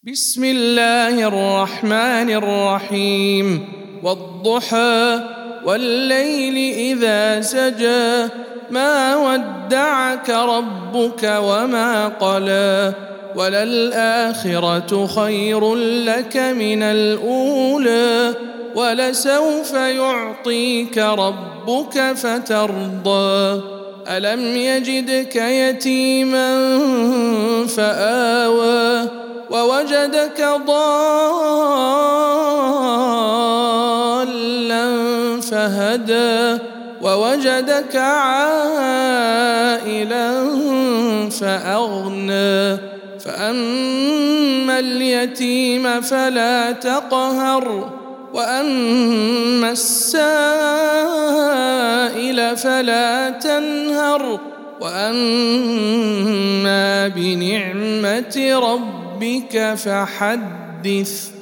بسم الله الرحمن الرحيم والضحى والليل إذا سجى ما ودعك ربك وما قلى وللآخرة خير لك من الأولى ولسوف يعطيك ربك فترضى ألم يجدك يتيما فآوى ووجدك ضالا فهدى ووجدك عائلا فأغنى فأما اليتيم فلا تقهر وأما السائل فلا تنهر وأما بنعمة ربك فحدث.